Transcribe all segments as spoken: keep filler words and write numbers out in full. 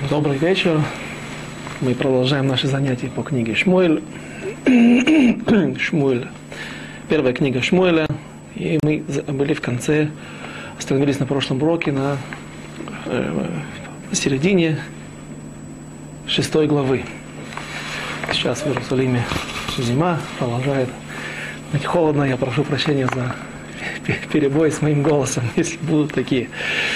Добрый вечер. Мы продолжаем наши занятия по книге Шмуэль. Шмуэль. Первая книга Шмуэля. И мы были в конце, остановились на прошлом уроке на, э, на середине шестой главы. Сейчас в Иерусалиме зима, продолжает быть холодно. Я прошу прощения за перебой с моим голосом, если будут такие.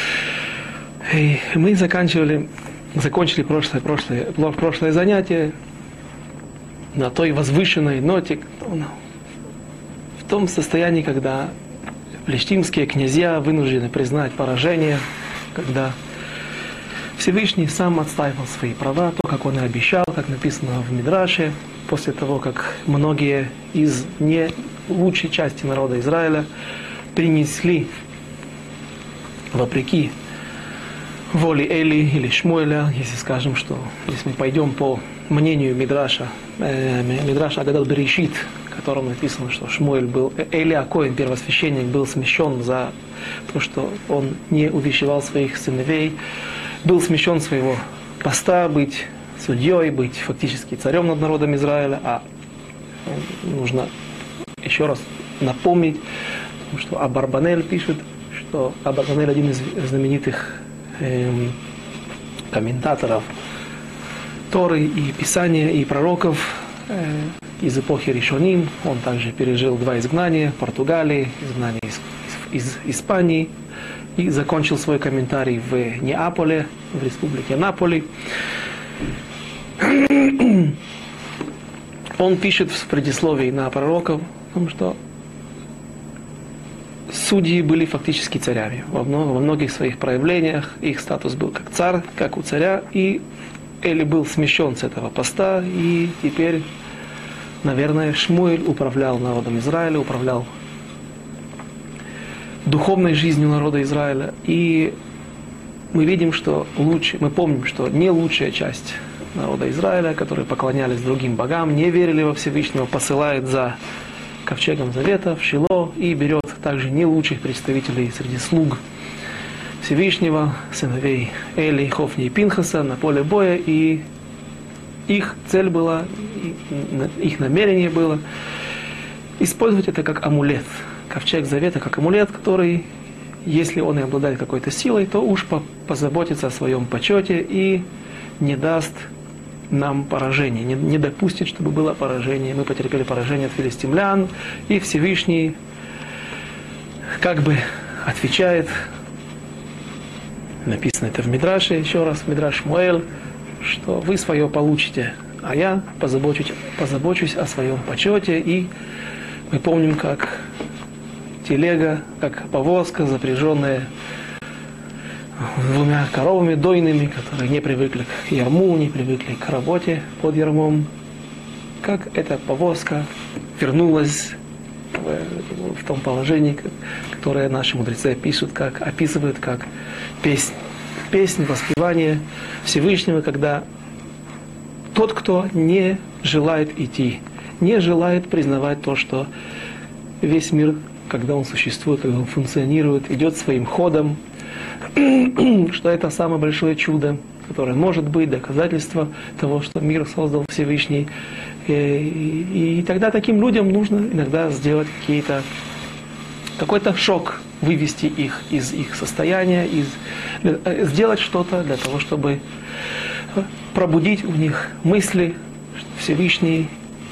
И мы заканчивали, закончили прошлое, прошлое, прошлое занятие на той возвышенной ноте, в том состоянии, когда филистимские князья вынуждены признать поражение, когда Всевышний сам отстаивал свои права, то, как он и обещал, как написано в Мидраше, после того, как многие из не лучшей части народа Израиля принесли, вопреки воле Эли или Шмуэля, если скажем, что если мы пойдем по мнению Мидраша, э, Мидраша Агадат Берешит, в котором написано, что Шмуэль был, Эли Акоин, первосвященник, был смещен за то, что он не увещевал своих сыновей, был смещен своего поста быть судьей, быть фактически царем над народом Израиля, а нужно еще раз напомнить, что Абарбанель пишет, что Абарбанель один из знаменитых эм, комментаторов Торы и Писания, и пророков э, из эпохи Ришоним. Он также пережил два изгнания в Португалии, изгнание из, из, из Испании, и закончил свой комментарий в Неаполе, в республике Наполи. Он пишет в предисловии на пророков о том, что судьи были фактически царями. Во, много, во многих своих проявлениях их статус был как царь, как у царя, и Эли был смещен с этого поста, и теперь, наверное, Шмуэль управлял народом Израиля, управлял духовной жизнью народа Израиля. И мы видим, что лучше, мы помним, что не лучшая часть народа Израиля, которые поклонялись другим богам, не верили во Всевышнего, посылает за ковчегом завета в Шило и берет также не лучших представителей среди слуг Всевышнего, сыновей Эли, Хофни и Пинхаса на поле боя, и их цель была, их намерение было использовать это как амулет, ковчег завета как амулет, который, если он и обладает какой-то силой, то уж позаботится о своем почете и не даст нам поражение, не, не допустит, чтобы было поражение. Мы потерпели поражение от филистимлян, и Всевышний как бы отвечает, написано это в Мидраше, еще раз, в Мидраш Шмуэль, что вы свое получите, а я позабочусь, позабочусь о своем почете. И мы помним, как телега, как повозка, запряженная двумя коровами дойными, которые не привыкли к ярму, не привыкли к работе под ярмом, как эта повозка вернулась в, в том положении, которое наши мудрецы описывают, как, описывают как песнь, песнь, воспевание Всевышнего, когда тот, кто не желает идти, не желает признавать то, что весь мир, когда он существует, когда он функционирует, идет своим ходом, что это самое большое чудо, которое может быть доказательство того, что мир создал Всевышний. И, и, и тогда таким людям нужно иногда сделать какие-то, какой-то шок, вывести их из их состояния, из, сделать что-то для того, чтобы пробудить у них мысли, что Всевышний,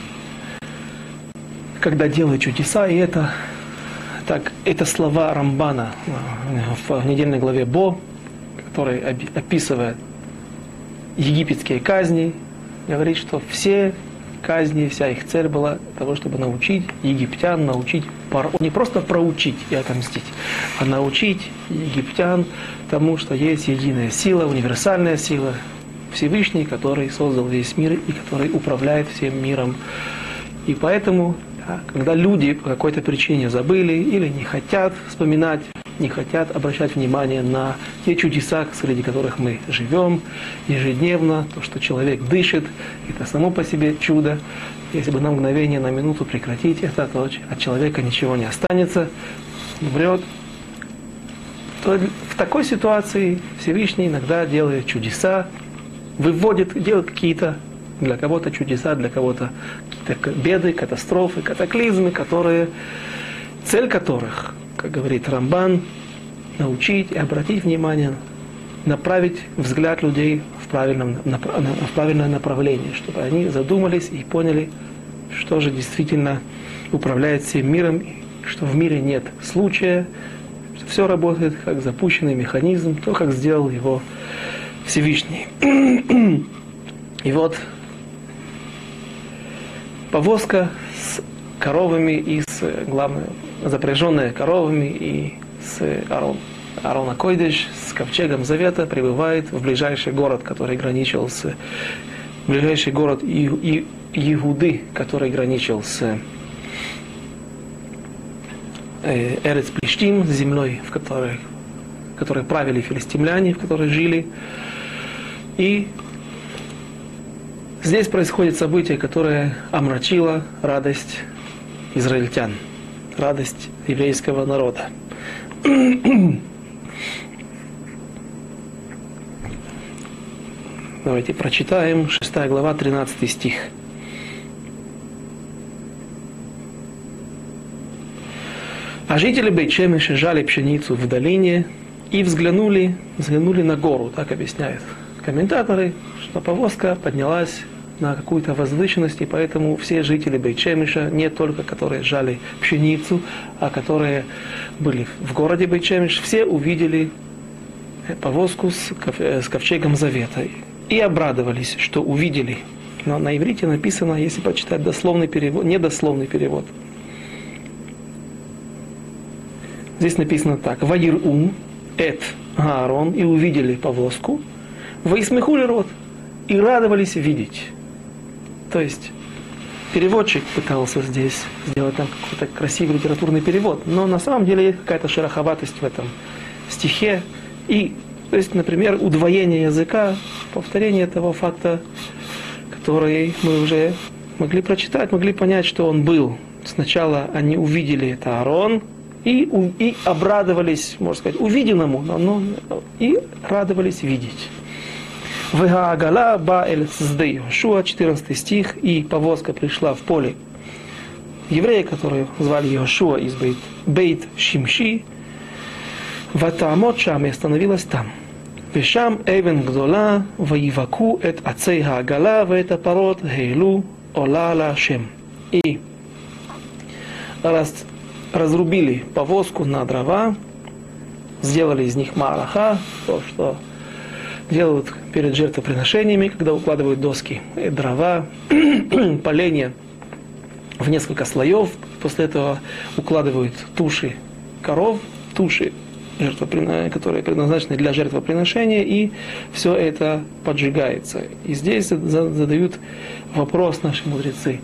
когда делает чудеса, и это Так, это слова Рамбана в недельной главе Бо, который описывает египетские казни, говорит, что все казни, вся их цель была того, чтобы научить египтян, научить, не просто проучить и отомстить, а научить египтян тому, что есть единая сила, универсальная сила, Всевышний, который создал весь мир и который управляет всем миром. И поэтому, когда люди по какой-то причине забыли или не хотят вспоминать, не хотят обращать внимание на те чудеса, среди которых мы живем ежедневно, то, что человек дышит, это само по себе чудо. Если бы на мгновение, на минуту прекратить это, то от человека ничего не останется, умрет. То в такой ситуации Всевышний иногда делает чудеса, выводит, делает какие-то, для кого-то чудеса, для кого-то какие-то беды, катастрофы, катаклизмы, которые, цель которых, как говорит Рамбан, научить и обратить внимание, направить взгляд людей в, правильном, в правильное направление, чтобы они задумались и поняли, что же действительно управляет всем миром, что в мире нет случая, что все работает как запущенный механизм, то, как сделал его Всевышний. И вот повозка с коровами и с, главное, запряженная коровами и с Арон, Арона Койдыш, с ковчегом Завета прибывает в ближайший город, который граничил с ближайший город и, и, Иуды, который граничил с э, Эрец Плештим, с землей, в которой, в которой правили филистимляне, в которой жили. И здесь происходит событие, которое омрачило радость израильтян, радость еврейского народа. Давайте прочитаем шестая глава, тринадцатый стих. А жители Бейт-Шемеша жали пшеницу в долине и взглянули, взглянули на гору, так объясняют комментаторы, что повозка поднялась на какую-то возвышенность, и поэтому все жители Бейт-Шемеша, не только которые жали пшеницу, а которые были в городе Бейт-Шемеш, все увидели повозку с, ков- с ковчегом Завета и обрадовались, что увидели. Но на иврите написано, если прочитать дословный перевод, недословный перевод. Здесь написано так: «Ваир-ум эт Аарон», и увидели повозку, «Ваисмехули рот», и радовались видеть. То есть переводчик пытался здесь сделать там какой-то красивый литературный перевод, но на самом деле есть какая-то шероховатость в этом стихе. И, то есть, например, удвоение языка, повторение того факта, который мы уже могли прочитать, могли понять, что он был. Сначала они увидели это Аарон, и, и обрадовались, можно сказать, увиденному, но, и радовались видеть. Вегаагала ба эль сдей Йошуа, четырнадцатый стих, и повозка пришла в поле еврея, который звали Йошуа из Бейт, Бейт Шимши, ватаамот шам, и остановилась там. Вешам эвен гдола, воиваку эт ацей хаагала, вэт апарот гейлу ола ла шем. И раз разрубили повозку на дрова, сделали из них мараха, то, что делают перед жертвоприношениями, когда укладывают доски, дрова, поленья в несколько слоев. После этого укладывают туши коров, туши, которые предназначены для жертвоприношения, и все это поджигается. И здесь задают вопрос наши мудрецы: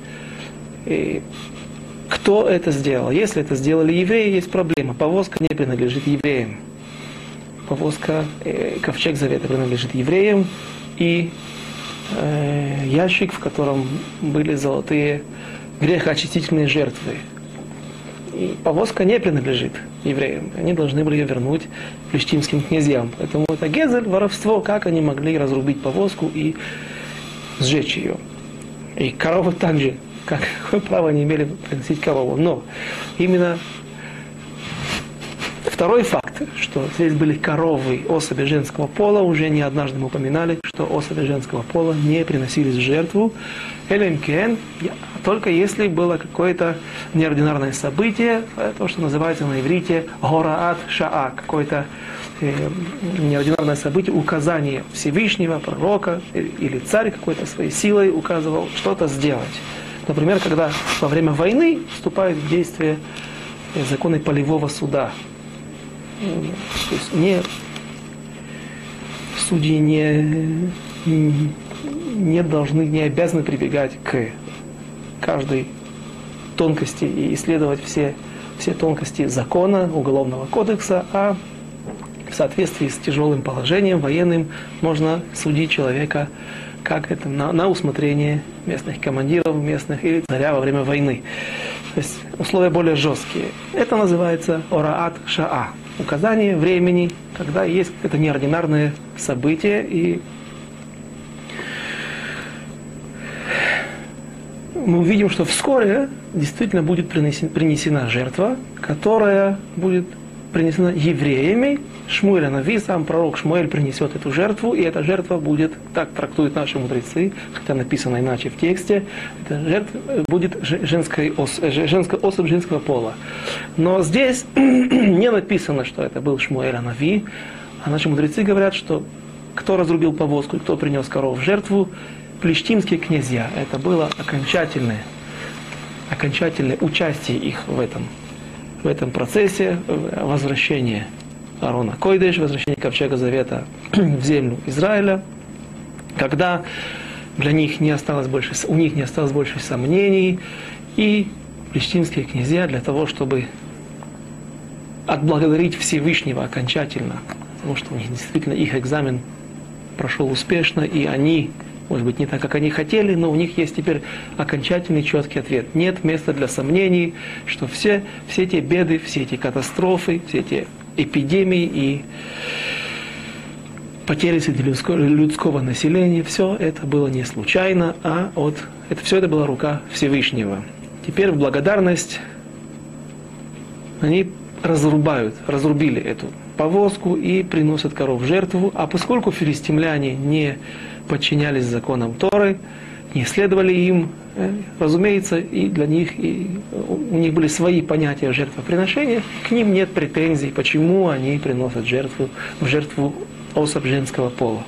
кто это сделал? Если это сделали евреи, есть проблема. Повозка не принадлежит евреям. Повозка, э, ковчег Завета принадлежит евреям, и э, ящик, в котором были золотые грехоочистительные жертвы. И повозка не принадлежит евреям. Они должны были ее вернуть плештимским князьям. Поэтому это гезель, воровство, как они могли разрубить повозку и сжечь ее. И коровы также, как, какое право они имели приносить корову. Но именно второй факт, что здесь были коровы особи женского пола, уже не однажды мы упоминали, что особи женского пола не приносились в жертву, элемкен, только если было какое-то неординарное событие, то, что называется на иврите гораат шаа, какое-то э, неординарное событие, указание Всевышнего, пророка или царь какой-то своей силой указывал что-то сделать. Например, когда во время войны вступают в действие законы полевого суда. То есть не, судьи не, не должны, не обязаны прибегать к каждой тонкости и исследовать все, все тонкости закона, уголовного кодекса, а в соответствии с тяжелым положением военным можно судить человека как это на, на усмотрение местных командиров, местных или царя во время войны. То есть условия более жесткие. Это называется ораат шаа. Указание времени, когда есть это неординарное событие, и мы увидим, что вскоре действительно будет принесена жертва, которая будет принесена евреями. Шмуэль Анави, сам пророк Шмуэль принесет эту жертву, и эта жертва будет, так трактуют наши мудрецы, хотя написано иначе в тексте, эта жертва будет женской ос, женская особь женского пола. Но здесь не написано, что это был Шмуэль Анави, а наши мудрецы говорят, что кто разрубил повозку и кто принес коров в жертву, плештимские князья. Это было окончательное, окончательное участие их в этом, в этом процессе возвращения Аарона Койдеш, возвращения Ковчега Завета в землю Израиля, когда для них не осталось больше, у них не осталось больше сомнений, и плештимские князья для того, чтобы отблагодарить Всевышнего окончательно, потому что у них действительно их экзамен прошел успешно, и они, может быть, не так, как они хотели, но у них есть теперь окончательный четкий ответ. Нет места для сомнений, что все, все эти беды, все эти катастрофы, все эти эпидемии и потери среди людского, людского населения, все это было не случайно, а от, это, все это была рука Всевышнего. Теперь в благодарность они разрубают, разрубили эту повозку и приносят коров в жертву, а поскольку филистимляне не подчинялись законам Торы, не следовали им, разумеется, и для них, и у них были свои понятия жертвоприношения, к ним нет претензий, почему они приносят жертву, в жертву особь женского пола.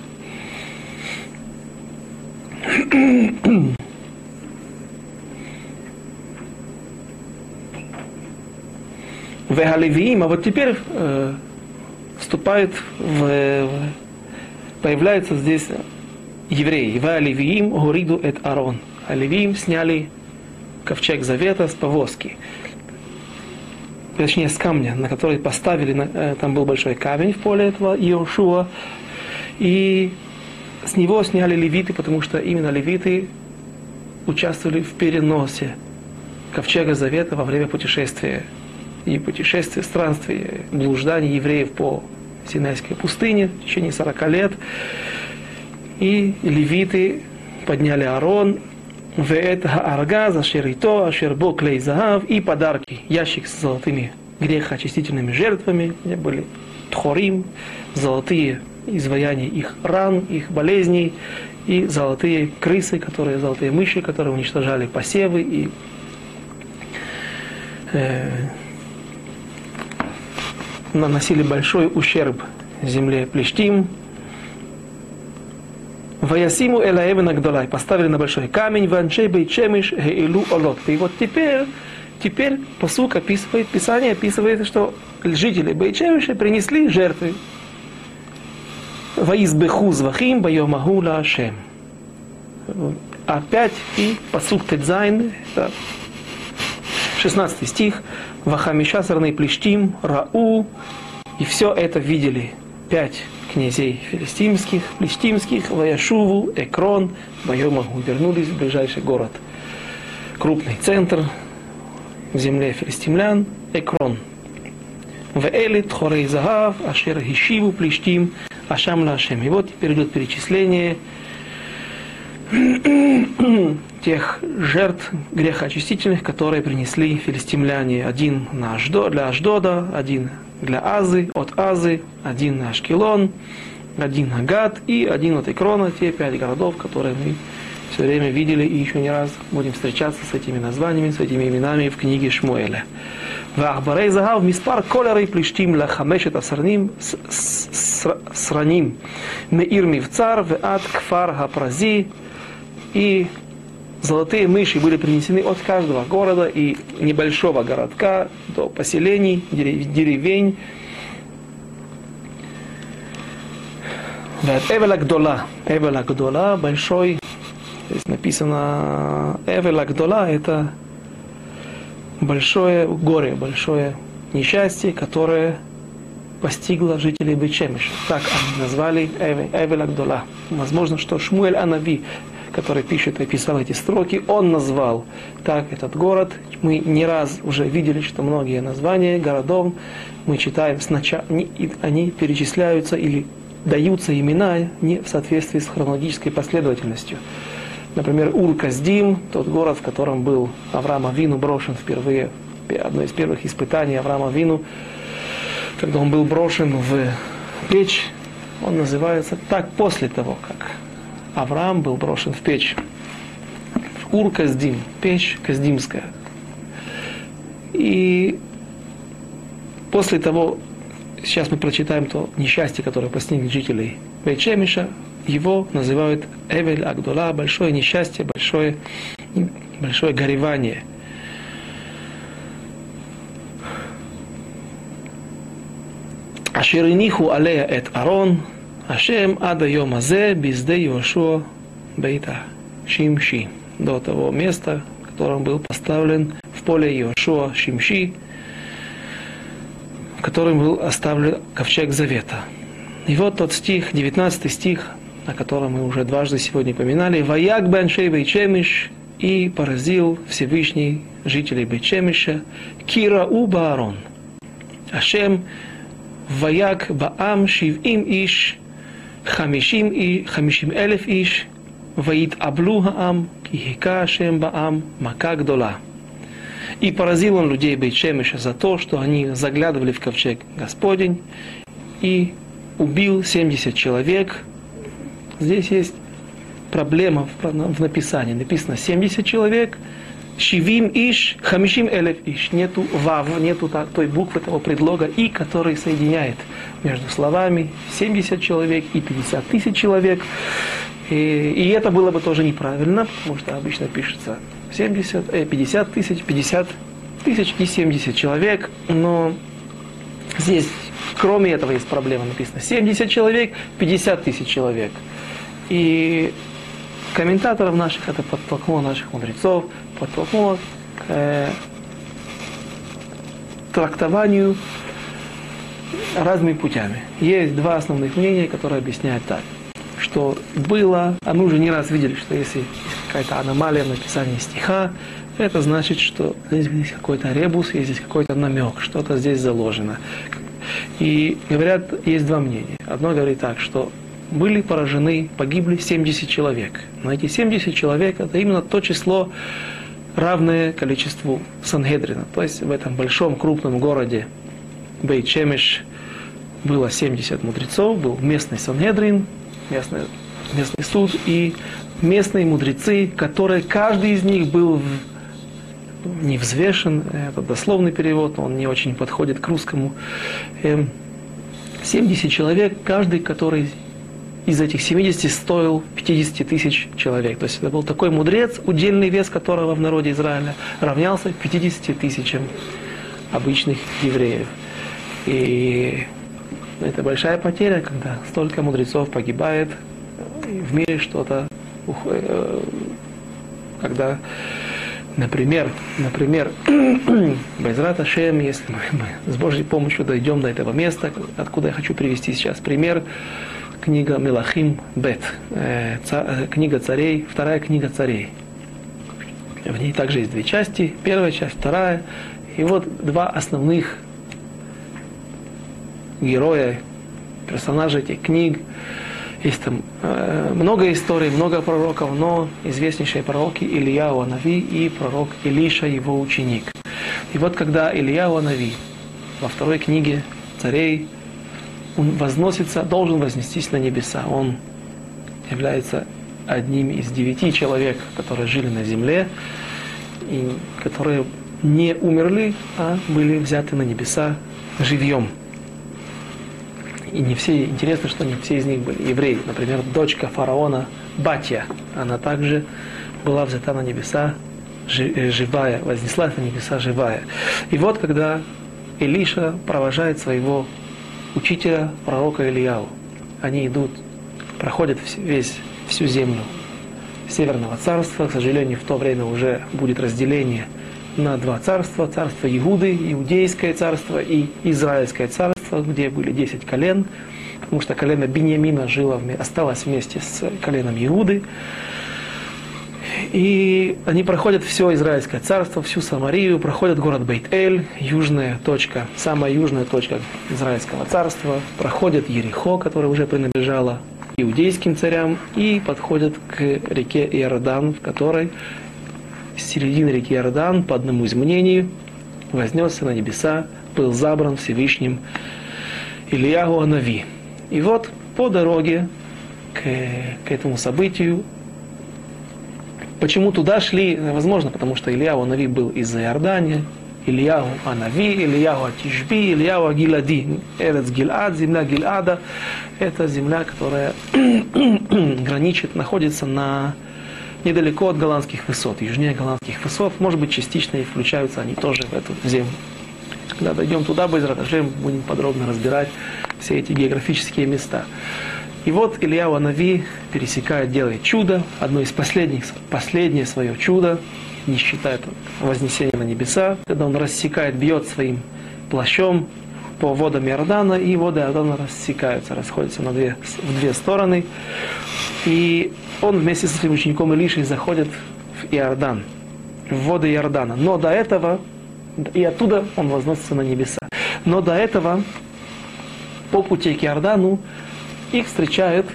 Вегалевиим, а вот теперь э, вступает в, появляется здесь евреи. Вегалевиим гориду эт Аарон. А левиим сняли ковчег завета с повозки. Точнее, с камня, на который поставили, там был большой камень в поле этого Иошуа, и с него сняли левиты, потому что именно левиты участвовали в переносе ковчега завета во время путешествия. И путешествия, странствия, блужданий евреев по Синайской пустыне в течение сорока лет. И левиты подняли Аарон, веэт хаарга зашер ито, ашер бо клей загав, и подарки, ящик с золотыми грехоочистительными жертвами, где были тхорим, золотые изваяния их ран, их болезней, и золотые крысы, которые, золотые мыши, которые уничтожали посевы и э, наносили большой ущерб земле Плештим. Ваясиму элаэвен агдолай, поставили на большой камень, ванчей бейчемиш геилу олот. И вот теперь, теперь пасук описывает, Писание описывает, что жители Бейчемиша принесли жертвы. Ваизбеху звахим байомаху лаашем. Опять и пасук тедзайн, шестнадцатый стих, вахамиша сарней плештим, рау, и все это видели пять князей филистимских, плештимских, Ваяшуву, Экрон, Байомаху, вернулись в ближайший город. Крупный центр в земле филистимлян, Экрон. Веэлит, Хорей Загав, Ашер Хишиву, Плештим, Ашам Лашем. И вот теперь идет перечисление тех жертв грехоочистительных, которые принесли филистимляне. Один на Аждо, для Аждода, один для Азы, от Азы, один на Ашкелон, один на Гат и один от Экрона, те пять городов, которые мы все время видели и еще не раз будем встречаться с этими названиями, с этими именами в книге Шмуэля. Вахбарей Загав, Миспар Колерей Плештим Лахамешет Асраним Сраним Меир Мивцар Веат Кфар Хапрази, и золотые мыши были принесены от каждого города и небольшого городка до поселений, деревень. Эвел Агдола. Эвел Агдола, большой. Здесь написано Эвел Агдола, это большое горе, большое несчастье, которое постигло жителей Бейт-Шемеша. Так они назвали Эвел Агдола. Возможно, что Шмуэль Анави, который пишет и писал эти строки, он назвал так этот город. Мы не раз уже видели, что многие названия городов мы читаем сначала, они перечисляются или даются имена не в соответствии с хронологической последовательностью. Например, Ур-Каздим, тот город, в котором был Авраам Авину брошен впервые, одно из первых испытаний Авраама Авину, когда он был брошен в печь, он называется так после того, как Авраам был брошен в печь. Ур-Каздим, печь Каздимская. И после того, сейчас мы прочитаем то несчастье, которое постигнет жителей Бейт-Шемеша, его называют Эвель Агдола, большое несчастье, большое, большое горевание. Ашериниху алея эт Арон, Ашем ада йом азе безде Йошуа бейта Шимши. До того места, в котором был поставлен в поле Йошуа Шимши, в котором был оставлен ковчег Завета. И вот тот стих, девятнадцатый стих, о котором мы уже дважды сегодня поминали. «Ваяк беншей Бейт-Шемеш, и поразил Всевышний жителей Бейт-Шемеша, кира у Баарон. Ашем ваяк баам шивим иш, хамишим и хамишим элев иш, ваит аблу хаам, кихика Ашем баам, мака гдола». И поразил он людей Бейт-Шемеша за то, что они заглядывали в ковчег Господень, и убил семьдесят человек. Здесь есть проблема в написании. Написано семьдесят человек, шивим иш, хамишим элев иш. Нету вав, нету той буквы, того предлога и, который соединяет между словами семьдесят человек и пятьдесят тысяч человек. И, и это было бы тоже неправильно, потому что обычно пишется семьдесят, э, пятьдесят тысяч, пятьдесят тысяч и семьдесят человек. Но здесь, кроме этого, есть проблема. Написано семьдесят человек, пятьдесят тысяч человек. И комментаторов наших это подтолкнуло, наших мудрецов, подтолкнуло к э, трактованию разными путями. Есть два основных мнения, которые объясняют так, что было, а мы уже не раз видели, что если есть какая-то аномалия в написании стиха, это значит, что здесь есть какой-то ребус, есть здесь какой-то намек, что-то здесь заложено. И говорят, есть два мнения. Одно говорит так, что были поражены, погибли семьдесят человек. Но эти семьдесят человек это именно то число, равное количеству Сангедрина. То есть в этом большом крупном городе Бейт-Шемеш было семьдесят мудрецов, был местный Сангедрин, местный, местный суд и местные мудрецы, которые каждый из них был в, не взвешен, это дословный перевод, он не очень подходит к русскому. семьдесят человек, каждый, который из этих семидесяти стоил пятьдесят тысяч человек. То есть это был такой мудрец, удельный вес которого в народе Израиля равнялся пятидесяти тысячам обычных евреев. И это большая потеря, когда столько мудрецов погибает в мире, что-то, когда, например, например, Байзрат Ашем, если мы, мы с Божьей помощью дойдем до этого места, откуда я хочу привести сейчас пример, книга Мелахим Бет, э, ца, книга царей, вторая книга царей. В ней также есть две части, первая часть, вторая. И вот два основных героя, персонажа этих книг. Есть там э, много историй, много пророков, но известнейшие пророки Ильяу Анави и пророк Илиша, его ученик. И вот когда Ильяу Анави во второй книге царей, он возносится, должен вознестись на небеса. Он является одним из девяти человек, которые жили на земле, и которые не умерли, а были взяты на небеса живьем. И не все, интересно, что не все из них были евреи. Например, дочка фараона Батья, она также была взята на небеса живая, вознеслась на небеса живая. И вот когда Илиша провожает своего учителя, пророка Ильяу, они идут, проходят весь, всю землю Северного царства. К сожалению, в то время уже будет разделение на два царства. Царство Иуды, Иудейское царство, и Израильское царство, где были десять колен, потому что колено Биньямина жило, осталось вместе с коленом Иуды. И они проходят все Израильское царство, всю Самарию, проходят город Бейт-Эль, южная точка, самая южная точка Израильского царства, проходят Ерихо, которое уже принадлежало иудейским царям и подходят к реке Иордан, в которой с середины реки Иордан, по одному из мнений, вознесся на небеса, был забран Всевышним Ильяху ха-Нави. И вот по дороге к, к этому событию, почему туда шли, возможно, потому что Ильяху ха-Нави был из Иордания, Ильяху ха-Нави, Ильяху ха-Тишби, Ильяху ха-Гилади. Эрец Гилад, земля Гилада, это земля, которая граничит, находится на, недалеко от голландских высот, южнее голландских высот, может быть, частично и включаются они тоже в эту землю. Когда дойдем туда, Бейзрат Ашем, будем подробно разбирать все эти географические места. И вот Ильяху ха-Нави пересекает, делает чудо, одно из последних, последнее свое чудо, не считая вознесения на небеса, когда он рассекает, бьет своим плащом по водам Иордана, и воды Иордана рассекаются, расходятся на две, в две стороны. И он вместе со своим учеником Илишей заходит в Иордан, в воды Иордана. Но до этого, и оттуда он возносится на небеса. Но до этого, по пути к Иордану, их встречают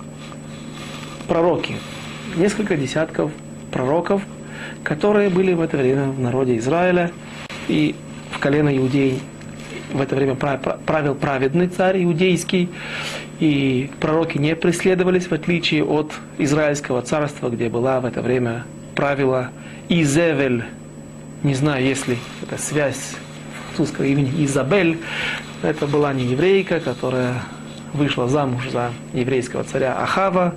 пророки. Несколько десятков пророков, которые были в это время в народе Израиля, и в колено Иудеи в это время правил праведный царь иудейский, и пророки не преследовались, в отличие от Израильского царства, где была в это время правила Изевель, не знаю, есть ли это связь французского имени Изабель, это была не еврейка, которая вышла замуж за еврейского царя Ахава,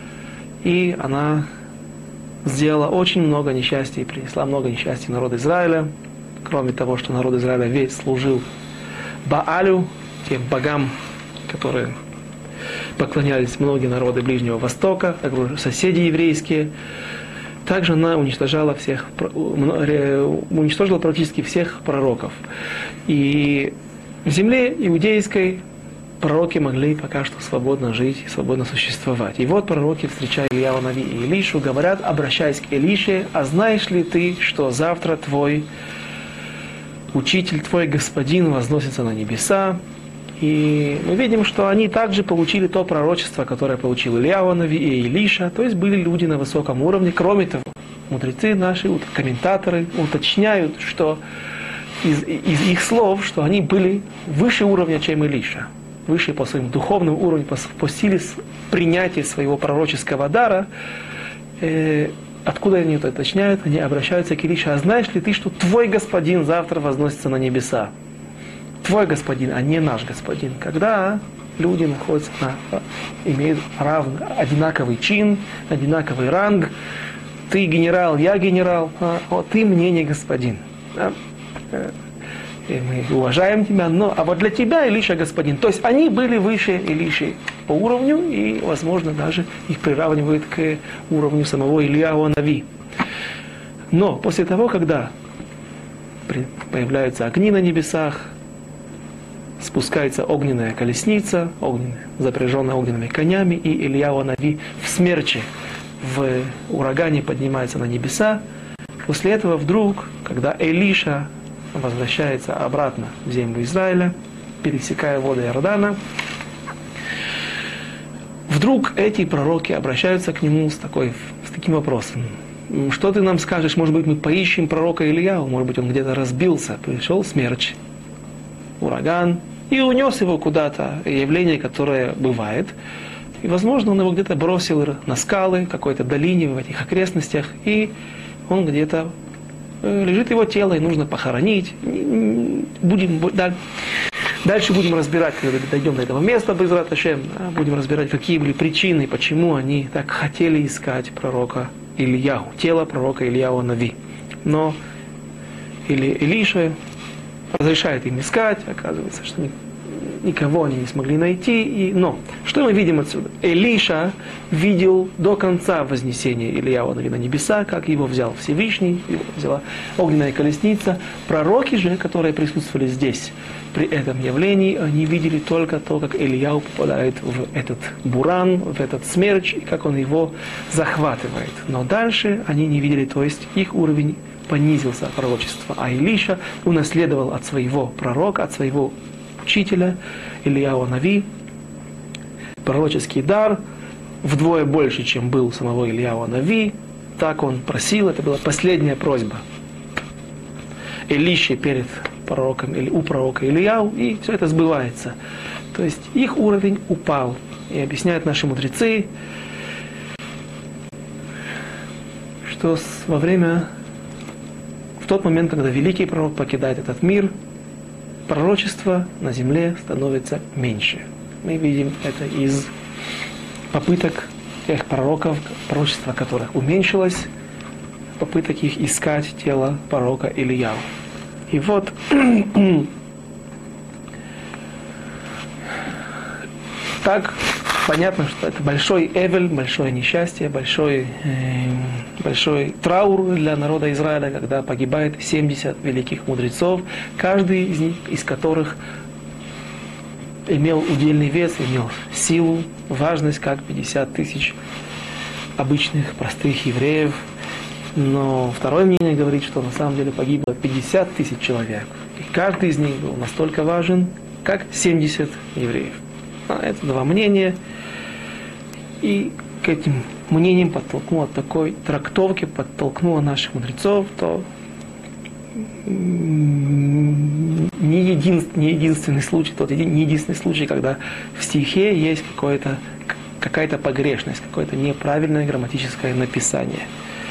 и она сделала очень много несчастий, принесла много несчастий народу Израиля. Кроме того, что народ Израиля весь служил Баалю, тем богам, которые поклонялись многие народы Ближнего Востока, также соседи еврейские. Также она уничтожала всех, уничтожила практически всех пророков. И в земле иудейской пророки могли пока что свободно жить, свободно существовать. И вот пророки, встречая Ильяху ха-Нави и Илишу, говорят, обращаясь к Илише: а знаешь ли ты, что завтра твой учитель, твой господин возносится на небеса? И мы видим, что они также получили то пророчество, которое получил Ильяху ха-Нави и Илиша, то есть были люди на высоком уровне. Кроме того, мудрецы наши, комментаторы уточняют, что из, из их слов, что они были выше уровня, чем Илиша. Выше по своему духовному уровню, по, по силе принятия своего пророческого дара. Э, откуда они это уточняют? Они обращаются к Илише: а знаешь ли ты, что твой господин завтра возносится на небеса? Твой господин, а не наш господин. Когда люди находятся на, имеют равный, одинаковый чин, одинаковый ранг, ты генерал, я генерал, а вот ты мне не господин. Да? И мы уважаем тебя, но а вот для тебя Илиша господин. То есть они были выше Илиши по уровню, и, возможно, даже их приравнивают к уровню самого Ильяху ха-Нави. Но после того, когда появляются огни на небесах, спускается огненная колесница, огненная, запряженная огненными конями, и Ильяху ха-Нави в смерче, в урагане поднимается на небеса. После этого вдруг, когда Илиша возвращается обратно в землю Израиля, пересекая воды Иордана, вдруг эти пророки обращаются к нему с, такой, с таким вопросом: что ты нам скажешь, может быть, мы поищем пророка Ильяху, может быть, он где-то разбился, пришел смерч, ураган, и унес его куда-то, явление, которое бывает, и, возможно, он его где-то бросил на скалы, в какой-то долине, в этих окрестностях, и он где-то лежит его тело, и нужно похоронить. Будем, дальше будем разбирать, когда дойдем до этого места, Бейзрат Ашем, будем разбирать, какие были причины, почему они так хотели искать пророка Ильяху, тело пророка Ильяху ха-Нави. Но Или, Илиша разрешает им искать, оказывается, что никого они не смогли найти. И, но, что мы видим отсюда? Илиша видел до конца вознесения Ильяху ха-Нави на небеса, как его взял Всевышний, его взяла огненная колесница. Пророки же, которые присутствовали здесь, при этом явлении, они видели только то, как Ильяху попадает в этот буран, в этот смерч, и как он его захватывает. Но дальше они не видели, то есть их уровень понизился от пророчества. А Илиша унаследовал от своего пророка, от своего учителя Ильяху ха-Нави пророческий дар, вдвое больше, чем был у самого Ильяу Нави. Так он просил, это была последняя просьба Илиши перед пророком, или у пророка Ильяу, и все это сбывается. То есть их уровень упал. И объясняют наши мудрецы, что во время, в тот момент, когда великий пророк покидает этот мир, пророчество на земле становится меньше. Мы видим это из попыток тех пророков, пророчество которых уменьшилось, попыток их искать тело пророка Ильяу. И вот так понятно, что это большой эвель, большое несчастье, большой, э, большой траур для народа Израиля, когда погибает семьдесят великих мудрецов, каждый из них, из которых имел удельный вес, имел силу, важность, как пятьдесят тысяч обычных, простых евреев. Но второе мнение говорит, что на самом деле погибло пятьдесят тысяч человек. И каждый из них был настолько важен, как семьдесят евреев. А это два мнения. И к этим мнениям подтолкнуло такой трактовке, подтолкнуло наших мудрецов, то не, един, не единственный случай, тот не единственный случай, когда в стихе есть какое-то, какая-то погрешность, какое-то неправильное грамматическое написание.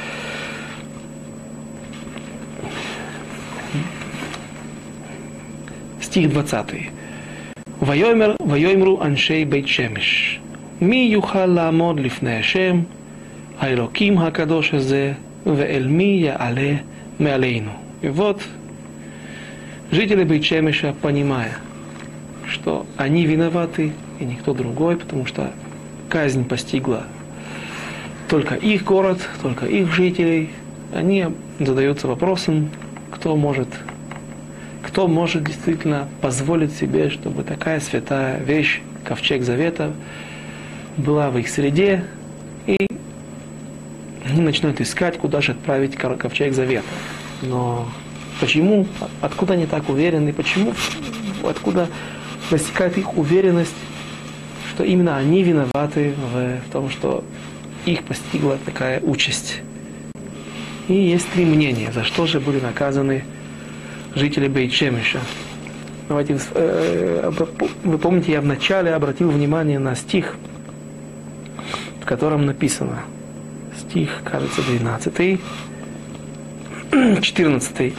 Стих двадцатый. Вайомер, вайомру аншей бейт шемеш. Ми юхал ламод лифней Ашем, האלוקים הקדוש הזה, ואל מי יעלה מעלינו. И вот жители Бейт-Шемеша, понимая, что они виноваты и никто другой, потому что казнь постигла только их город, только их жителей, они задаются вопросом, кто может, кто может действительно позволить себе, чтобы такая святая вещь, ковчег Завета, была в их среде, и они начинают искать, куда же отправить ковчег Завета. Но почему, откуда они так уверены, почему, откуда возникает их уверенность, что именно они виноваты в, в том, что их постигла такая участь? И есть три мнения, за что же были наказаны жители Бейт-Шемеша. Давайте, э, вы помните, я вначале обратил внимание на стих, в котором написано, стих, кажется, двенадцатый, четырнадцатый.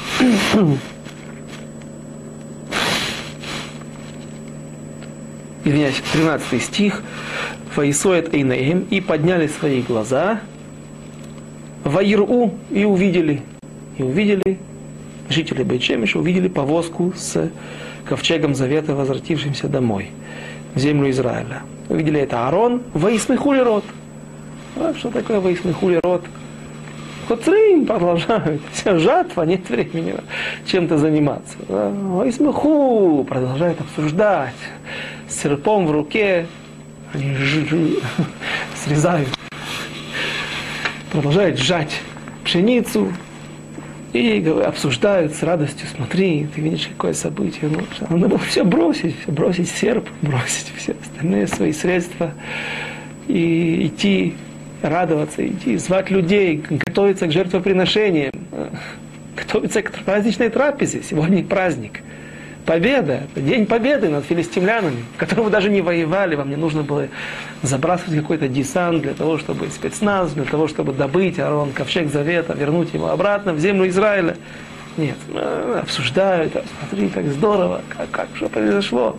Извиняюсь, тринадцатый стих. Ваисоет эйнеем, и подняли свои глаза, ваиру, и увидели, и увидели, жители Бейт-Шемеша увидели повозку с ковчегом Завета, возвратившимся домой, в землю Израиля. Увидели это Аарон, ваисмехули рот. А что такое ваисмехули рот? Хоцрим продолжают. Вся жатва, нет времени чем-то заниматься. Ваисмеху продолжают обсуждать. С серпом в руке они срезают. Продолжают сжать пшеницу. И обсуждают с радостью, смотри, ты видишь, какое событие. Ну, надо было все бросить, все бросить серп, бросить все остальные свои средства и идти радоваться, идти звать людей, готовиться к жертвоприношениям, готовиться к праздничной трапезе. Сегодня праздник. Победа, день победы над филистимлянами, в котором вы даже не воевали, вам не нужно было забрасывать какой-то десант для того, чтобы спецназ, для того, чтобы добыть Аарон ковчег Завета, вернуть его обратно в землю Израиля. Нет, обсуждают, смотри, как здорово, как, как что произошло.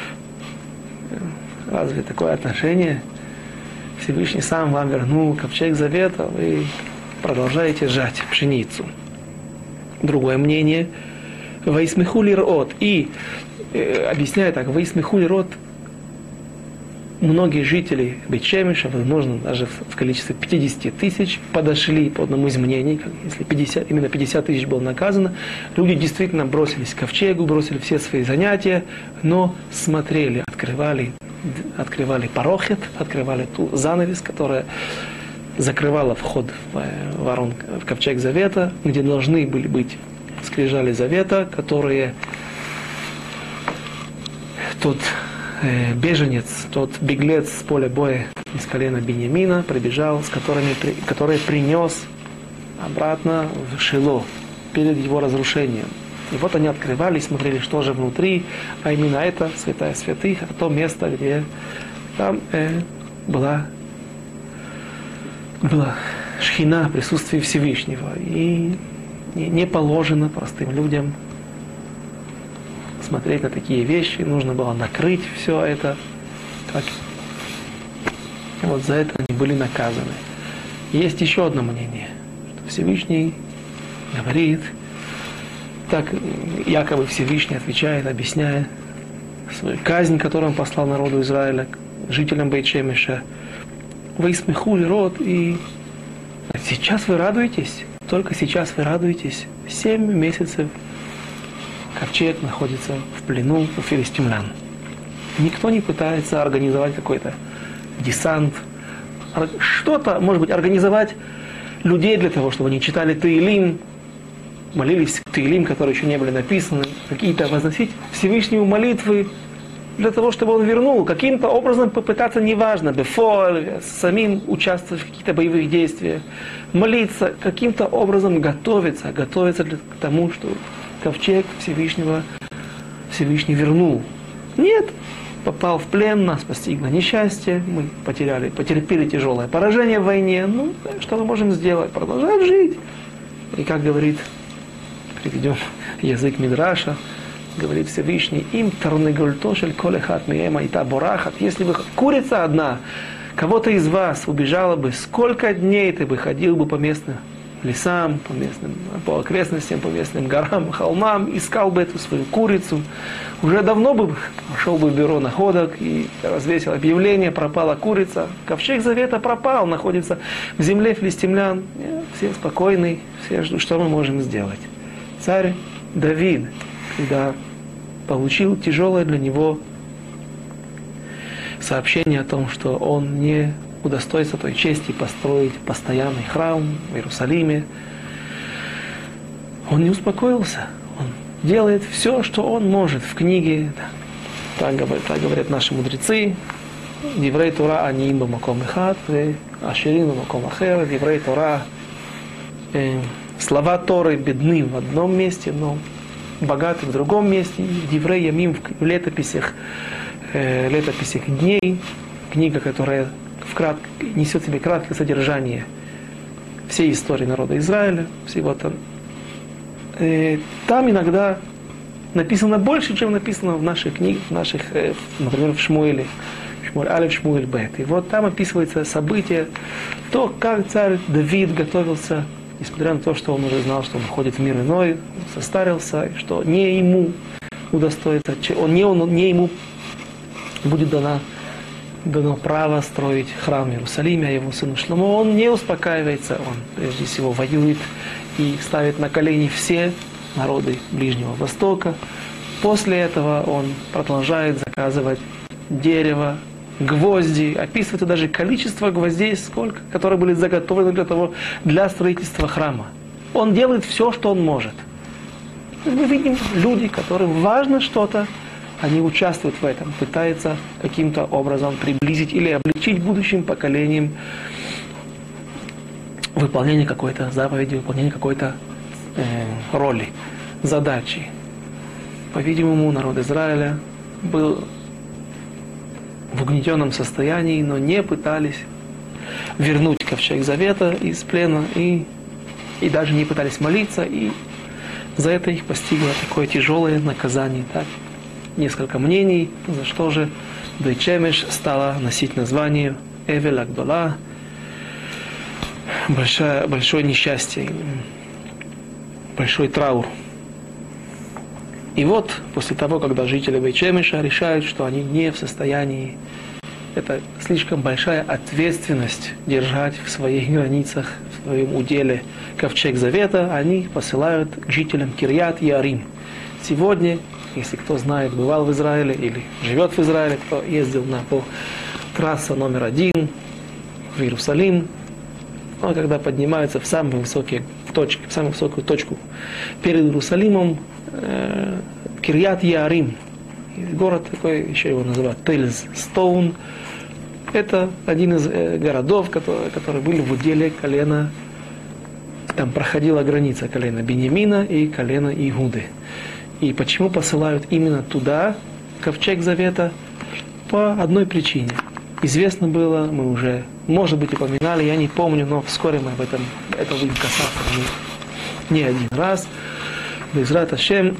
Разве такое отношение? Всевышний сам вам вернул ковчег Завета, вы продолжаете сжать пшеницу. Другое мнение – Ваисмехули рот. И э, объясняю так, Ваисмехули рот, многие жители Бейт-Шемеша, возможно, даже в, в количестве пятьдесят тысяч, подошли по одному из мнений, как, если пятьдесят, именно пятьдесят тысяч было наказано, люди действительно бросились к ковчегу, бросили все свои занятия, но смотрели, открывали, открывали парохет, открывали ту занавес, которая закрывала вход в, в, Арон, в ковчег Завета, где должны были быть скрижали Завета, которые тот э, беженец, тот беглец с поля боя из колена Биньямина прибежал, с которыми, который принес обратно в Шило перед его разрушением. И вот они открывали, смотрели, что же внутри, а именно это святая святых, а то место, где там э, была, была шхина, присутствие Всевышнего. И не положено простым людям смотреть на такие вещи, нужно было накрыть все это. Так. Вот за это они были наказаны. Есть еще одно мнение, что Всевышний говорит, так якобы Всевышний отвечает, объясняет свою казнь, которую он послал народу Израиля, жителям Бейт-Шемеша. Вы смехули род, и сейчас вы радуетесь, только сейчас вы радуетесь. Семь месяцев ковчег находится в плену у филистимлян. Никто не пытается организовать какой-то десант, что-то, может быть, организовать людей для того, чтобы они читали Теилим, молились Теилим, которые еще не были написаны, какие-то возносить Всевышнему молитвы для того, чтобы он вернул, каким-то образом попытаться, неважно, бефоль, самим участвовать в каких-то боевых действиях, молиться, каким-то образом готовиться, готовиться к тому, что ковчег Всевышнего Всевышний вернул. Нет, попал в плен, нас постигло несчастье, мы потеряли, потерпели тяжелое поражение в войне. Ну, что мы можем сделать? Продолжать жить. И как говорит, приведем язык Мидраша, говорит Всевышний, им тарнегультошель колехат миема ита борахат. Если бы курица одна, кого-то из вас убежала бы, сколько дней ты бы ходил бы по местным лесам, по местным, по окрестностям, по местным горам, холмам, искал бы эту свою курицу. Уже давно бы пошел бы в бюро находок и развесил объявление, пропала курица. Ковчег Завета пропал, находится в земле филистимлян. Все спокойны, все ждут, что мы можем сделать. Царь Давид, когда получил тяжелое для него сообщение о том, что он не удостоится той чести построить постоянный храм в Иерусалиме, он не успокоился. Он делает все, что он может в книге. Так говорят, так говорят наши мудрецы. Диврей Тора они им маком эхад, аширин маком ахер. Диврей Тора, слова Торы бедны в одном месте, но богаты в другом месте. Диврей Ямим в летописях, летописях дней, книга, которая вкрат, несет в себе краткое содержание всей истории народа Израиля, всего там. Э, там иногда написано больше, чем написано в наших книгах, в наших, э, например, в Шмуэле, Шмуэль Алеф, Шмуэль Бет. И вот там описывается событие, то, как царь Давид готовился, несмотря на то, что он уже знал, что он входит в мир иной, состарился, и что не ему удостоится, он не, он, не ему будет дана дано право строить храм в Иерусалиме, а его сыну Шломо, он не успокаивается, он прежде всего воюет и ставит на колени все народы Ближнего Востока. После этого он продолжает заказывать дерево, гвозди, описывается даже количество гвоздей, сколько, которые были заготовлены для того, для строительства храма. Он делает все, что он может. Мы видим люди, которым важно что-то, они участвуют в этом, пытаются каким-то образом приблизить или облегчить будущим поколениям выполнение какой-то заповеди, выполнение какой-то э, роли, задачи. По-видимому, народ Израиля был в угнетенном состоянии, но не пытались вернуть ковчег Завета из плена и, и даже не пытались молиться, и за это их постигло такое тяжелое наказание. Так? Несколько мнений, за что же Бейт-Шемеш стала носить название Эвель Агдола, большое, большое несчастье, большой траур. И вот, после того, когда жители Бейт-Шемеша решают, что они не в состоянии, это слишком большая ответственность держать в своих границах, в своем уделе ковчег Завета, они посылают к жителям Кирьят-Яарим. Сегодня, если кто знает, бывал в Израиле или живет в Израиле, кто ездил на по трасса номер один в Иерусалим, но когда поднимаются в самые высокие точки, в самую высокую точку перед Иерусалимом, э, Кирьят-Яарим, город такой, еще его называют Тельс Стоун, Это один из городов, которые, которые были в уделе колена, там проходила граница колена Беньямина и колена Иуды. И почему посылают именно туда ковчег завета? По одной причине. Известно было, мы уже, может быть, упоминали, я не помню, но вскоре мы об этом, это будем касаться не, не один раз. Безрат Ашем.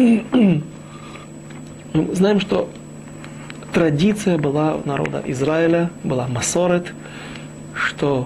Мы знаем, что традиция была у народа Израиля, была масорет, что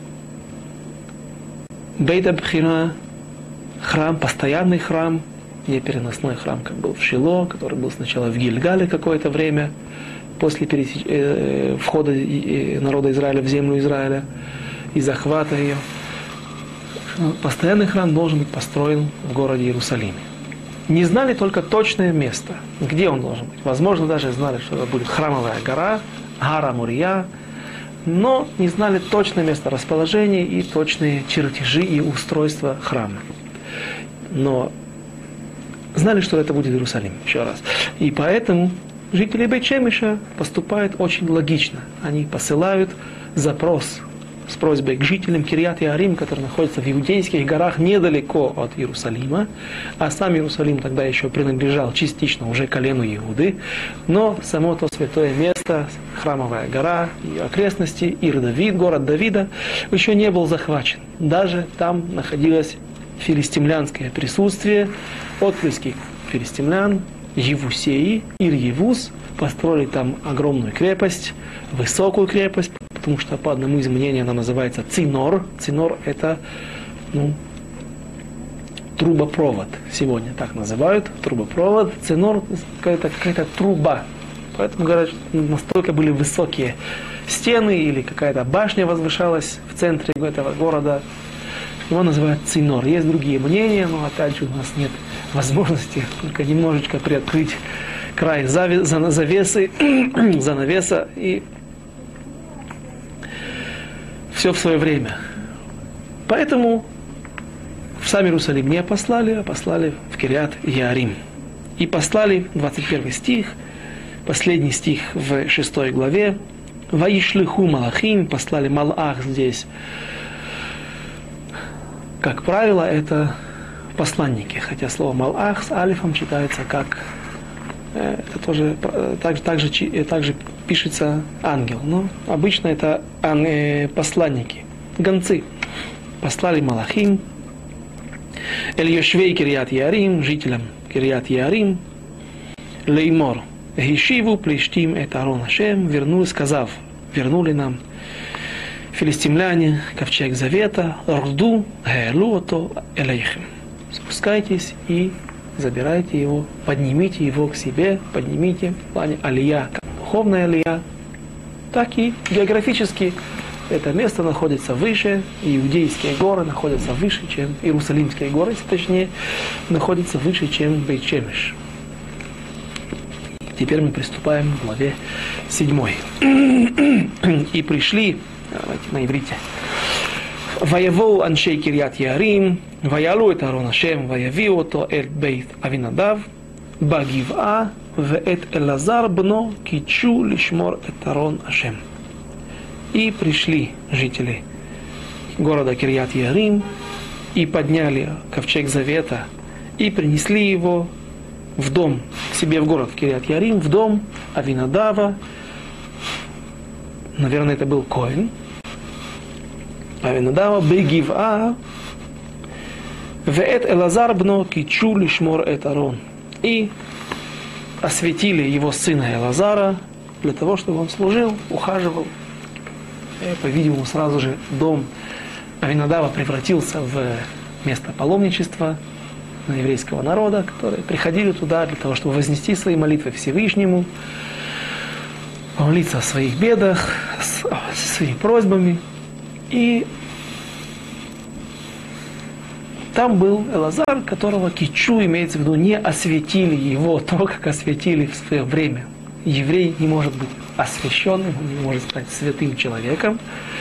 Бейт Абхира, храм, постоянный храм, не переносной храм, как был в Шило, который был сначала в Гильгале какое-то время, после пересеч... э, входа э, народа Израиля в землю Израиля и захвата ее. Постоянный храм должен быть построен в городе Иерусалиме. Не знали только точное место, где он должен быть. Возможно, даже знали, что это будет храмовая гора, Гара Мурия, но не знали точное место расположения и точные чертежи и устройства храма. Но знали, что это будет Иерусалим, еще раз. И поэтому жители Бейт-Шемеша поступают очень логично. Они посылают запрос с просьбой к жителям Кирьят-Еарим, которые находятся в иудейских горах недалеко от Иерусалима, а сам Иерусалим тогда еще принадлежал частично уже колену Иуды, но само то святое место, храмовая гора и окрестности, Ир-Давид, город Давида, еще не был захвачен. Даже там находилось филистимлянское присутствие, отпрыски филистимлян, Евусеи, Ир-Евус, построили там огромную крепость, высокую крепость, потому что по одному из мнений она называется Цинор. Цинор — это ну, трубопровод, сегодня так называют, трубопровод. Цинор — какая-то, какая-то труба. Поэтому, говорят, настолько были высокие стены или какая-то башня возвышалась в центре этого города. Его называют Цинор. Есть другие мнения, но опять же у нас нет возможности только немножечко приоткрыть край завесы, занавеса, и все в свое время. Поэтому в сам Иерусалим не послали, а послали в Кирьят-Еарим. И послали, двадцать первый стих, последний стих в шестой главе, «Ваишлиху малахим», послали малах здесь. Как правило, это посланники, хотя слово «малах» с алифом читается как, это тоже также, также, также пишется ангел, но обычно это посланники, гонцы. Послали малахим, эль-йошвей Кирьят-Еарим, жителям Кирьят-Еарим, леймор, гишиву плештим эт арон Ашем, вернули, сказав, вернули нам филистимляне ковчег завета, рду, гаэлуото, элейхем. Спускайтесь и забирайте его, поднимите его к себе, поднимите в плане алия, как духовная алия, так и географически это место находится выше, и иудейские горы находятся выше, чем Иерусалимские горы, если точнее, находятся выше, чем Бейт-Шемеш. Теперь мы приступаем к главе седьмой. И пришли, давайте на иврите, «Ваявоу аншей Кирьят-Еарим, ваялу эт арон Ашем, ваявиу ото эль бейт Авинадав, багив'a, веэт Элазар бно кичу лишмор эт арон Ашем». И пришли жители города Кирьят-Еарим, и подняли ковчег завета, и принесли его в дом, к себе в город Кирьят-Еарим, в дом Авинадава. Наверное, это был Коэн. Авинадава бегив'a, веэт Элазар бно кичу лишмор эт арон. И осветили его сына Элазара для того, чтобы он служил, ухаживал. И, по-видимому, сразу же дом Авинадава превратился в место паломничества еврейского народа, которые приходили туда для того, чтобы вознести свои молитвы Всевышнему, помолиться о своих бедах, со своими просьбами. И там был Элазар, которого кичу, имеется в виду, не осветили его, то, как осветили в свое время. Еврей не может быть освященным, он не может стать святым человеком.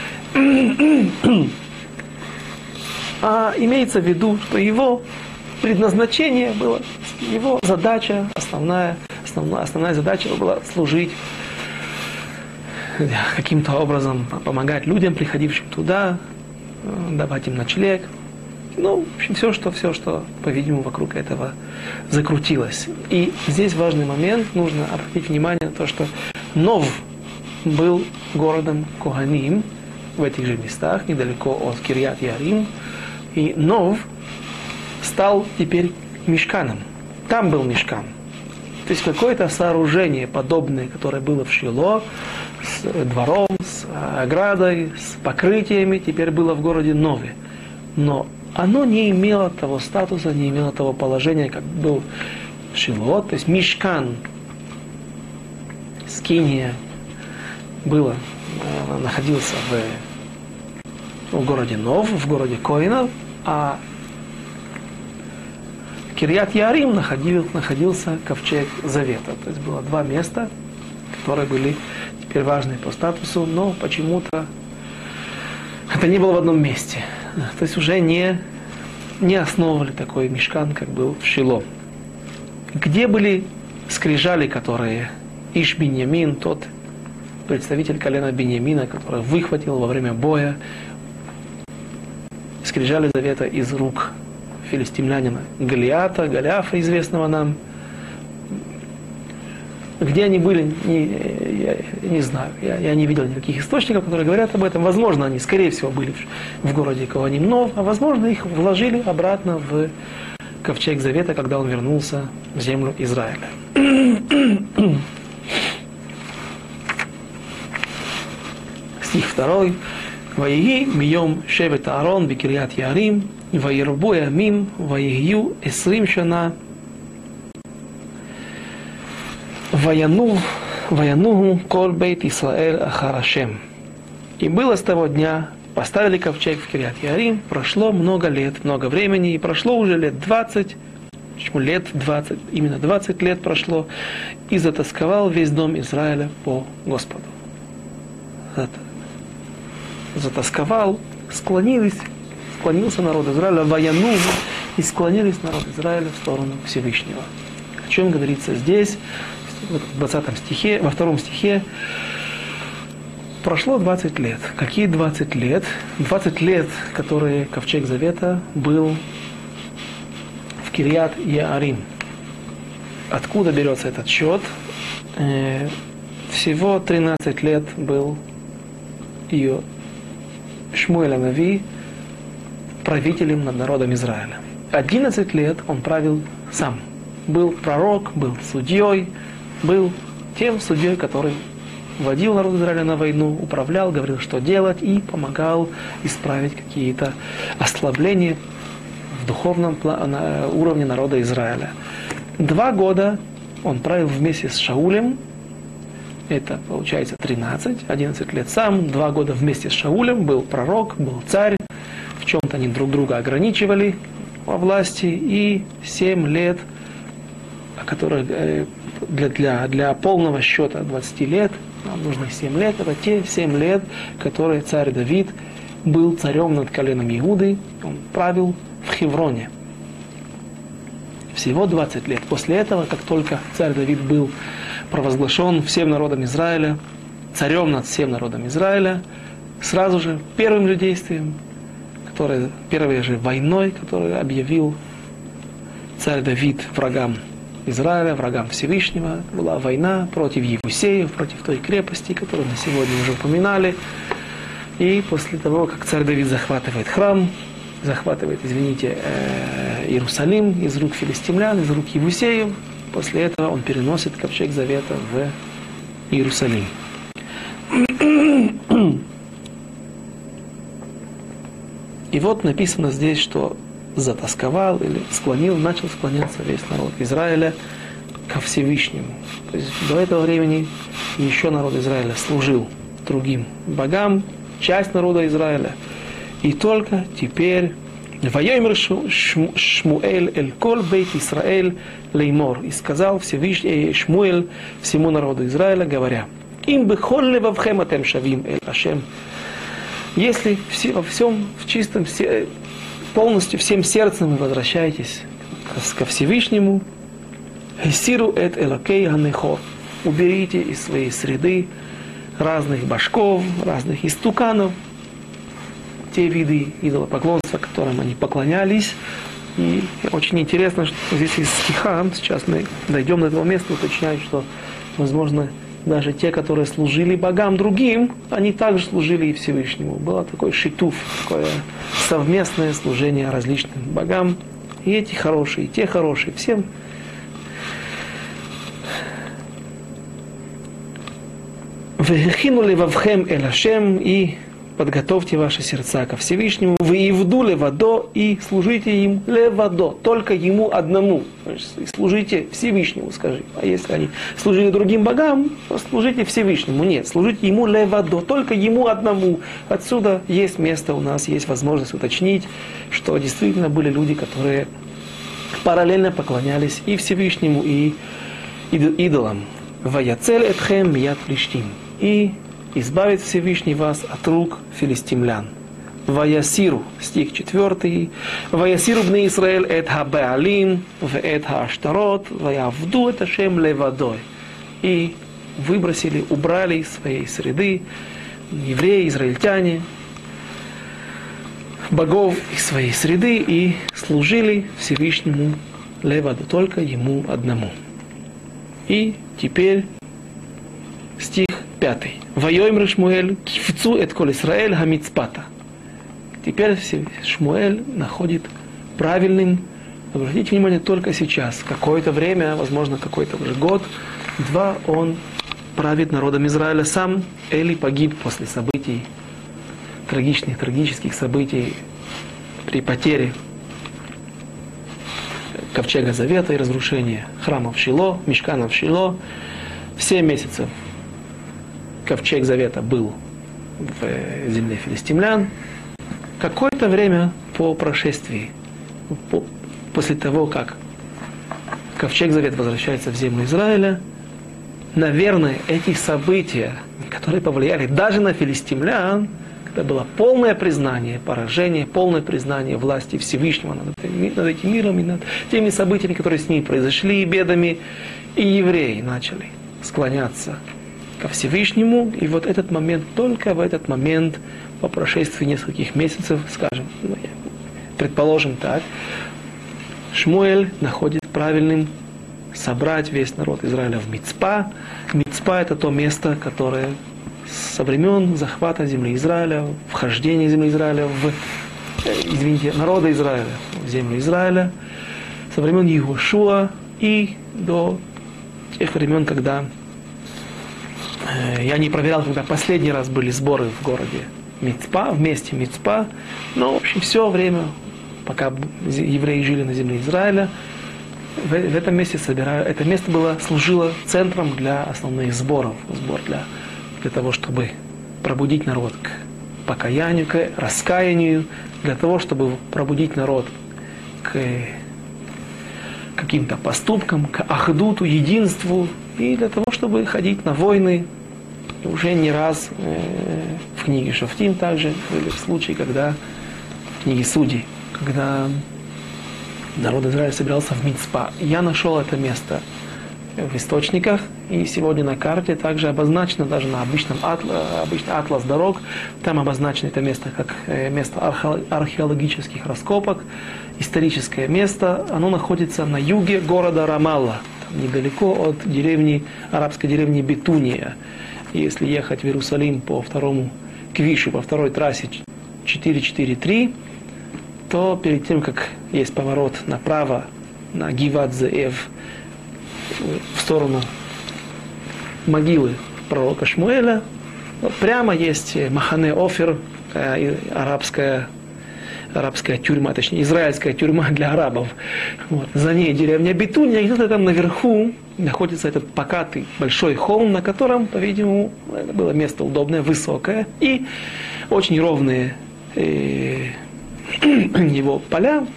А имеется в виду, что его предназначение было, его задача, основная, основная, основная задача была служить каким-то образом помогать людям, приходившим туда, давать им ночлег. Ну, в общем, все, что, все, что, по-видимому, вокруг этого закрутилось. И здесь важный момент, нужно обратить внимание на то, что Нов был городом Коганим в этих же местах, недалеко от Кирьят-Ярим. И Нов стал теперь мишканом. Там был мишкан. То есть какое-то сооружение подобное, которое было в Шило, с двором, с оградой, с покрытиями, теперь было в городе Нове. Но оно не имело того статуса, не имело того положения, как был в Шило. То есть мишкан, скиния, было, находился в, в городе Нов, в городе Коинов, а в Кирьят-Ярим находил, находился ковчег Завета. То есть было два места, которые были теперь важны по статусу, но почему-то это не было в одном месте. То есть уже не, не основывали такой мишкан, как был в Шило. Где были скрижали, которые Иш Биньямин, тот представитель колена Биньямина, который выхватил во время боя скрижали Завета из рук филистимлянина Голиата, Голиафа, известного нам. Где они были, не, я не знаю. Я, я не видел никаких источников, которые говорят об этом. Возможно, они, скорее всего, были в, в городе Коганим Нов, а возможно, их вложили обратно в ковчег Завета, когда он вернулся в землю Израиля. Стих второй. «Ваиги мием шевет Аарон бекирьят Ярим, ваирбу ямим, ваигью эсрим шана, ваяну, ваянугу кол бейт Исраэль ахар Ашем». И было с того дня, поставили ковчег в Кирьят Ярим, прошло много лет, много времени, и прошло уже лет двадцать, почему лет двадцать, именно двадцать лет прошло, и затасковал весь дом Израиля по Господу. Затасковал, склонились, склонился народ Израиля, ваяну, и склонились народ Израиля в сторону Всевышнего. О чем говорится здесь, в двадцатом стихе, во втором стихе. Прошло двадцать лет. Какие двадцать лет? двадцать лет, которые ковчег Завета был в Кирьят-Ярим. Откуда берется этот счет? Всего тринадцать лет был ее Шмуэль ха-Нави правителем над народом Израиля. одиннадцать лет он правил сам. Был пророк, был судьей, был тем судьей, который водил народ Израиля на войну, управлял, говорил, что делать, и помогал исправить какие-то ослабления в духовном уровне народа Израиля. Два года он правил вместе с Шаулем. Это получается тринадцать, одиннадцать лет сам, два года вместе с Шаулем, был пророк, был царь, в чем-то они друг друга ограничивали во власти, и семь лет, которые для, для, для полного счета двадцати лет, нам нужно семь лет, это те семь лет, которые царь Давид был царем над коленом Иуды, он правил в Хевроне. Всего двадцать лет. После этого, как только царь Давид был провозглашен всем народом Израиля, царем над всем народом Израиля, сразу же первым же действием, которое, первой же войной, которую объявил царь Давид врагам Израиля, врагам Всевышнего, была война против Евусеев, против той крепости, которую мы сегодня уже упоминали. И после того, как царь Давид захватывает храм, захватывает, извините, Иерусалим из рук филистимлян, из рук Евусеев, после этого он переносит ковчег Завета в Иерусалим. И вот написано здесь, что затасковал или склонил, начал склоняться весь народ Израиля ко Всевышнему. То есть до этого времени еще народ Израиля служил другим богам, часть народа Израиля. И только теперь «Ваёймер Шмуэль эль кол бейт Исраэль леймор». И сказал Всевышний Шмуэль всему народу Израиля, говоря: «Им бехоль левавхем атем шавим эль Ашем». Если во всем, в чистом, полностью всем сердцем вы возвращаетесь ко Всевышнему, «Хесиру эт элокей ганехо», уберите из своей среды разных башков, разных истуканов, те виды идолопоклонства, которым они поклонялись. И очень интересно, что здесь из стиха, сейчас мы дойдем до этого места, уточняют, что, возможно, даже те, которые служили богам другим, они также служили и Всевышнему. Было такой шитуф, такое совместное служение различным богам. И эти хорошие, и те хорошие, всем. «Вехину левавхем эль Ашем» и подготовьте ваши сердца ко Всевышнему, «Веивду левадо» и служите им левадо, только ему одному. Служите Всевышнему, скажи. А если они служили другим богам, то служите Всевышнему. Нет, служите ему левадо, только ему одному. Отсюда есть место у нас, есть возможность уточнить, что действительно были люди, которые параллельно поклонялись и Всевышнему, и идолам. «Ваяцель этхем мият плиштим» и избавит Всевышний вас от рук филистимлян. Ваясиру, стих четвертый. Ваясиру бней Исраэль эт хабеалим, в эт хаштарот, ваявду эт Ашем левадой. И выбросили, убрали из своей среды евреи, израильтяне, богов из своей среды и служили Всевышнему леваду, только ему одному. И теперь стих пятый. «Вайомер Шмуэль кифцу эт кол Исраэль хамицпата». Теперь Шмуэль находит правильным, обратите внимание, только сейчас, какое-то время, возможно, какой-то уже год, два, он правит народом Израиля сам. Эли погиб после событий, трагичных, трагических событий при потере Ковчега Завета и разрушения храма в Шило, мишкана в Шило. В семь месяцев Ковчег Завета был в земле филистимлян. Какое-то время по прошествии, по, после того, как Ковчег Завета возвращается в землю Израиля, наверное, эти события, которые повлияли даже на филистимлян, когда было полное признание поражения, полное признание власти Всевышнего над этим, над этим миром и над теми событиями, которые с ними произошли, и бедами, и евреи начали склоняться ко Всевышнему. И вот этот момент, только в этот момент, по прошествии нескольких месяцев, скажем, ну, предположим так, Шмуэль находит правильным собрать весь народ Израиля в Мицпа. Мицпа — это то место, которое со времен захвата земли Израиля, вхождения земли Израиля в, извините, народа Израиля в землю Израиля, со времен Иешуа и до тех времен, когда э, я не проверял, когда последний раз были сборы в городе Мицпа, вместе Мицпа, но, в общем, все время, пока евреи жили на земле Израиля, в, в этом месте собираю, это место было, служило центром для основных сборов, сбор для, для того, чтобы пробудить народ к покаянию, к раскаянию, для того, чтобы пробудить народ к каким-то поступкам, к ахдуту, единству, и для того, чтобы ходить на войны. Уже не раз э, в книге Шофтим также были случаи, когда в книге Судей, когда народ Израиля собирался в Мицпа. Я нашел это место в источниках, и сегодня на карте также обозначено, даже на обычном атла, обычный атлас дорог, там обозначено это место как место археологических раскопок, историческое место. Оно находится на юге города Рамалла, недалеко от деревни, арабской деревни Бетуния. Если ехать в Иерусалим по второму квишу, по второй трассе четыреста четырьдесят три, то перед тем, как есть поворот направо на Гиват-Зеэв, в сторону могилы пророка Шмуэля, прямо есть Махане Офер, арабская, арабская тюрьма, точнее израильская тюрьма для арабов. Вот. За ней деревня Бетуния, и где-то там наверху находится этот покатый большой холм, на котором, по-видимому, это было место удобное, высокое, и очень ровные э, его поля,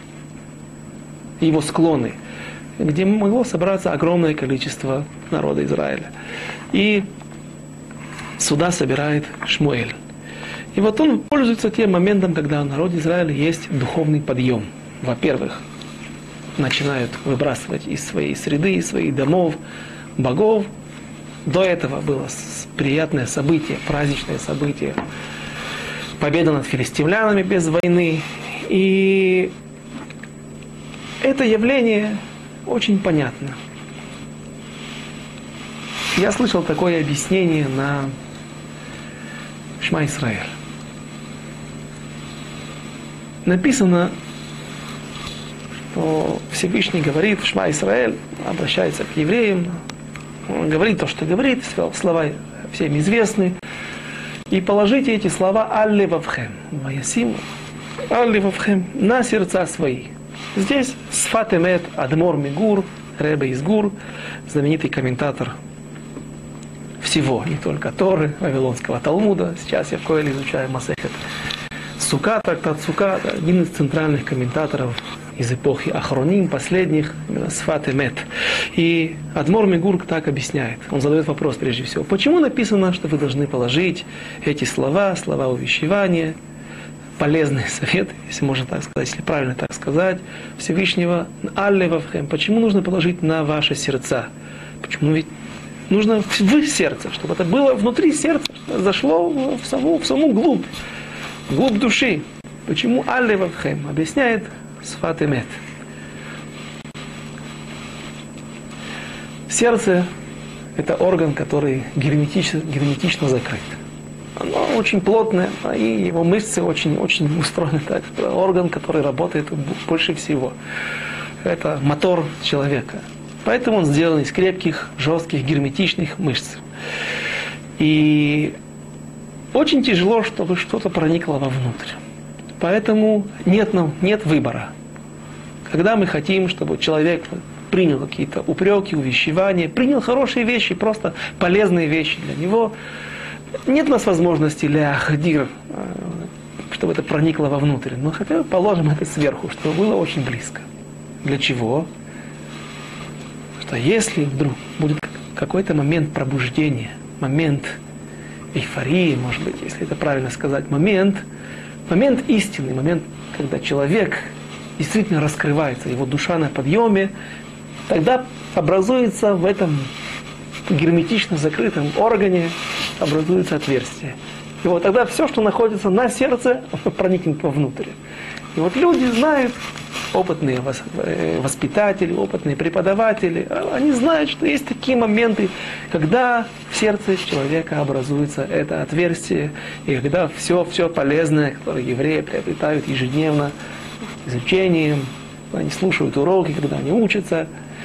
его склоны, где могло собраться огромное количество народа Израиля. И сюда собирает Шмуэль. И вот он пользуется тем моментом, когда у народа Израиля есть духовный подъем. Во-первых, начинают выбрасывать из своей среды, из своих домов богов, До этого было приятное событие, праздничное событие. Победа над филистимлянами без войны. И это явление очень понятно. Я слышал такое объяснение на Шма Исраэль. Написано, что Всевышний говорит в Шма Исраэль, обращается к евреям, он говорит то, что говорит, слова всем известны. И положите эти слова «Алле вавхем», «Ваясим», «Алле вавхем» на сердца свои. Здесь Сфат Эмет, Адмор Мигур, Ребе из Гур, знаменитый комментатор всего, не только Торы, Вавилонского Талмуда. Сейчас я в Коэле изучаю Масехет Сука, трактат Сука, один из центральных комментаторов из эпохи Ахроним, последних, Сфат Эмет. И Адмор Мигур так объясняет. Он задает вопрос прежде всего. Почему написано, что вы должны положить эти слова, слова увещевания, полезный совет, если можно так сказать, если правильно так сказать, Всевышнего, Алле вавхем. Почему нужно положить на ваши сердца? Почему ведь нужно в сердце, чтобы это было внутри сердца, зашло в саму, в саму глубь, глубь души. Почему Алле вавхем? Объясняет Сфат Эмет. Сердце – это орган, который герметично, герметично закрыт. Оно очень плотное, и его мышцы очень, очень устроены так. Это орган, который работает больше всего. Это мотор человека. Поэтому он сделан из крепких, жестких, герметичных мышц. И очень тяжело, чтобы что-то проникло вовнутрь. Поэтому нет, нам, нет выбора. Когда мы хотим, чтобы человек принял какие-то упреки, увещевания, принял хорошие вещи, просто полезные вещи для него, нет у нас возможности ляхдир, чтобы это проникло вовнутрь. Но хотя бы положим это сверху, чтобы было очень близко. Для чего? Что если вдруг будет какой-то момент пробуждения, момент эйфории, может быть, если это правильно сказать, момент, момент истины, момент, когда человек действительно раскрывается, его душа на подъеме, тогда образуется в этом герметично закрытом органе, образуется отверстие. И вот тогда все, что находится на сердце, проникнет вовнутрь. И вот люди знают, опытные воспитатели, опытные преподаватели, они знают, что есть такие моменты, когда в сердце человека образуется это отверстие, и когда все, все полезное, которое евреи приобретают ежедневно, изучением, они слушают уроки, когда они учатся,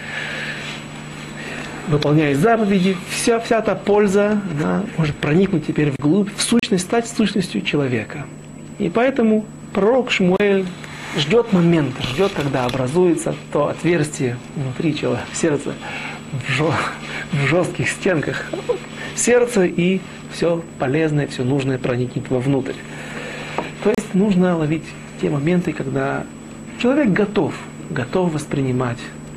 выполняя заповеди, вся, вся эта польза, она может проникнуть теперь вглубь, в сущность, стать сущностью человека. И поэтому пророк Шмуэль ждет момента, ждет, когда образуется то отверстие внутри человека, в сердце, в, жё, в жестких стенках сердца, и все полезное, все нужное проникнет вовнутрь. То есть нужно ловить те моменты, когда человек готов, готов воспринимать.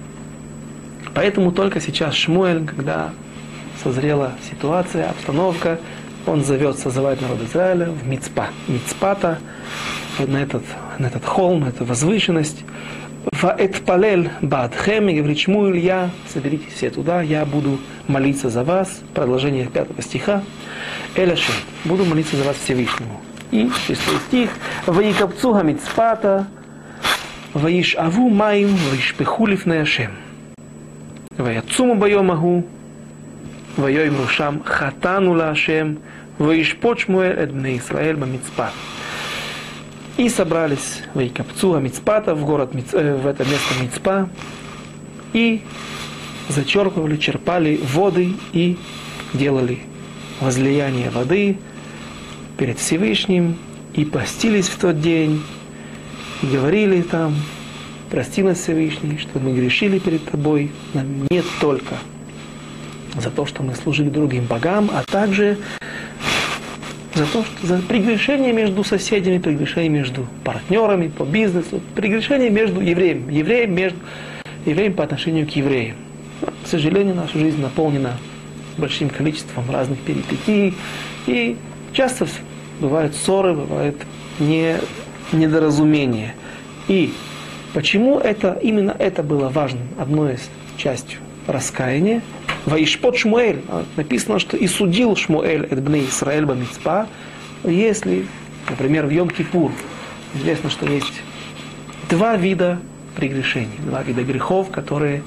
Поэтому только сейчас Шмуэль, когда созрела ситуация, обстановка, он зовет, созывает народ Израиля в Мицпа, Мицпата, на этот, на этот холм, на эту возвышенность. Ваэтпалель баадхем, и говорит Шмуэль, я, соберитесь все туда, я буду молиться за вас, продолжение пятого стиха, Эляшем, буду молиться за вас Всевышнему. И шестой стих, Ваикапцу хамицпата, Ваишаву маим, Ваишпеху лифней Ашем. Ваяцуму байомаху, Вайоймру шам хатану ла Ашем, Ваишпот Шмуэль эт бней Исраэль бамицпа. И собрались Ваикапцу хамицпата в город, в это место Мицпа, и зачерпывали, черпали воды и делали возлияние воды перед Всевышним, и постились в тот день, и говорили там: прости нас, Всевышний, что мы грешили перед Тобой, нам не только за то, что мы служили другим богам, а также за то, что за прегрешение между соседями, прегрешение между партнерами по бизнесу, прегрешение между евреем, евреем между евреем по отношению к евреям. К сожалению, наша жизнь наполнена большим количеством разных перипетий, и часто бывают ссоры, бывают не, недоразумения. И почему это, именно это было важным, одной из частью раскаяния? Ваишпот Шмуэль, написано, что и судил Шмуэль эт бней Исраэль бамицпа, если, например, в Йом-Кипур известно, что есть два вида прегрешений, два вида грехов, которые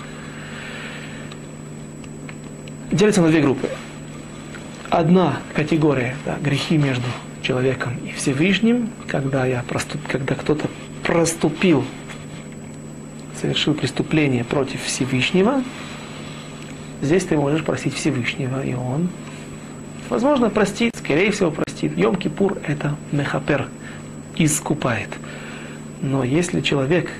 делятся на две группы. Одна категория, да, грехи между человеком и Всевышним, когда, я проступ, когда кто-то проступил, совершил преступление против Всевышнего, здесь ты можешь просить Всевышнего, и он, возможно, простит, скорее всего, простит. Йом-Кипур – это мехапер, искупает. Но если человек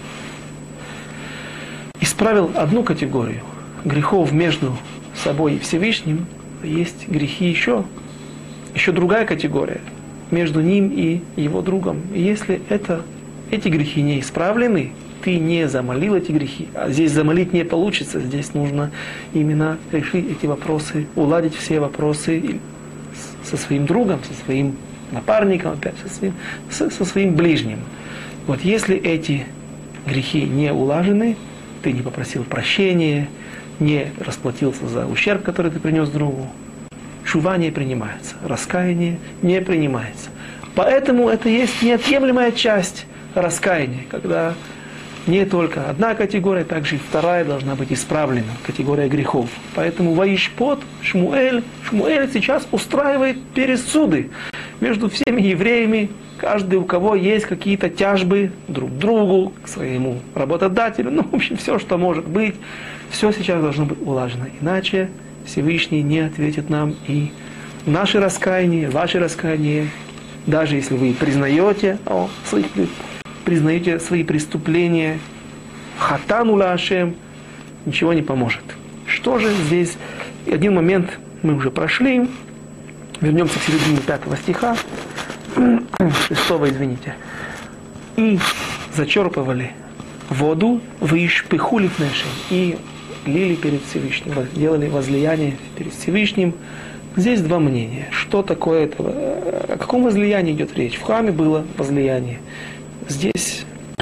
исправил одну категорию грехов между собой и Всевышним, есть грехи еще, еще другая категория между ним и его другом. И если это, эти грехи не исправлены, ты не замолил эти грехи, а здесь замолить не получится, здесь нужно именно решить эти вопросы, уладить все вопросы со своим другом, со своим напарником, опять со своим, со, со своим ближним. Вот если эти грехи не улажены, ты не попросил прощения, не расплатился за ущерб, который ты принес другу, шува не принимается, раскаяние не принимается. Поэтому это есть неотъемлемая часть раскаяния, когда не только одна категория, также и вторая должна быть исправлена, категория грехов. Поэтому Ваишпот Шмуэль, Шмуэль сейчас устраивает пересуды между всеми евреями, каждый, у кого есть какие-то тяжбы друг к другу, к своему работодателю, ну, в общем, все, что может быть, все сейчас должно быть улажено. Иначе Всевышний не ответит нам, и наше раскаяние, ваше раскаяние, даже если вы признаете, о, своих, признаете свои преступления, хатану ла Ашем, ничего не поможет. Что же здесь? Один момент мы уже прошли. Вернемся к середине пятого стиха, шестого, извините. И зачерпывали воду в Ишпихули Пнешем, и лили перед Всевышним, делали возлияние перед Всевышним. Здесь два мнения. Что такое это? О каком возлиянии идет речь? В храме было возлияние. Здесь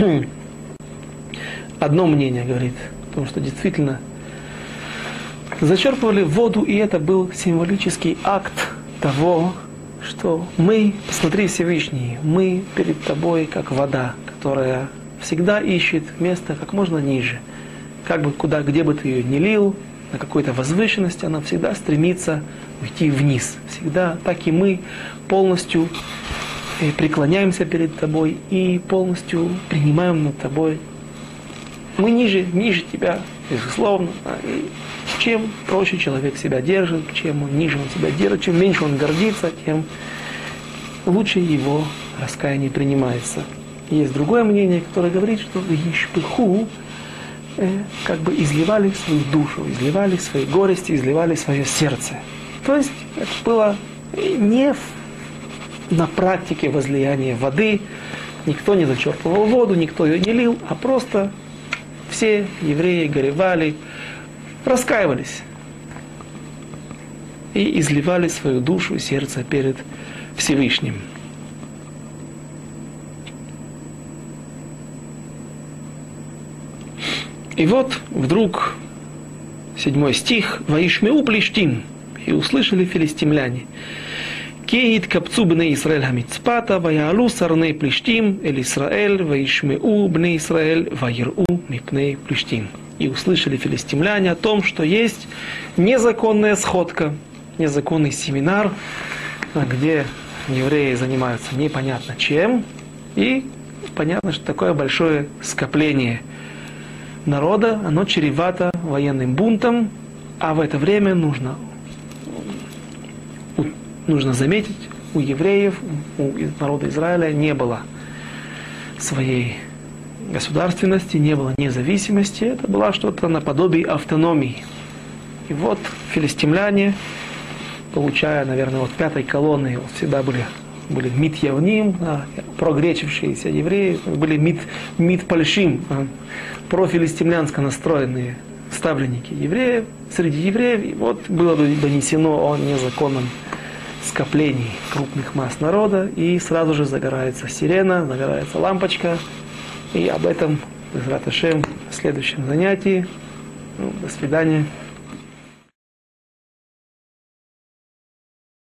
одно мнение говорит, потому что действительно зачерпывали воду, и это был символический акт того, что мы, посмотри, Всевышний, мы перед тобой как вода, которая всегда ищет место как можно ниже. Как бы куда, где бы ты ее ни лил, на какой-то возвышенности, она всегда стремится уйти вниз. Всегда так и мы полностью преклоняемся перед тобой и полностью принимаем над тобой. Мы ниже, ниже тебя, безусловно. И чем проще человек себя держит, чем он ниже он себя держит, чем меньше он гордится, тем лучше его раскаяние принимается. Есть другое мнение, которое говорит, что в Ишпиху э, как бы изливали свою душу, изливали свои горести, изливали свое сердце. То есть это было не в, на практике возлияния воды, никто не зачерпывал воду, никто ее не лил, а просто все евреи горевали, раскаивались и изливали свою душу и сердце перед Всевышним. И вот вдруг седьмой стих: «Ваишмеу плештим», и услышали филистимляне: «Кеит капцу бней Исраэль хамицпата, ваялу сарней плештим, эль Исраэль, ваишмеу бней Исраэль, ваиру мипней плештим». И услышали филистимляне о том, что есть незаконная сходка, незаконный семинар, где евреи занимаются непонятно чем, и понятно, что такое большое скопление народа, оно чревато военным бунтом, а в это время нужно, нужно заметить, у евреев, у народа Израиля не было своей государственности, не было независимости, это было что-то наподобие автономии. И вот филистимляне, получая, наверное, от пятой колонны, вот всегда были, были мит-явним, а, прогречившиеся евреи, были мит, мит-пальшим, а, профилистимлянско настроенные ставленники евреев, среди евреев, и вот было донесено о незаконном скоплении крупных масс народа, и сразу же загорается сирена, загорается лампочка, и об этом, Безрат Ашем, в следующем занятии. Ну, до свидания.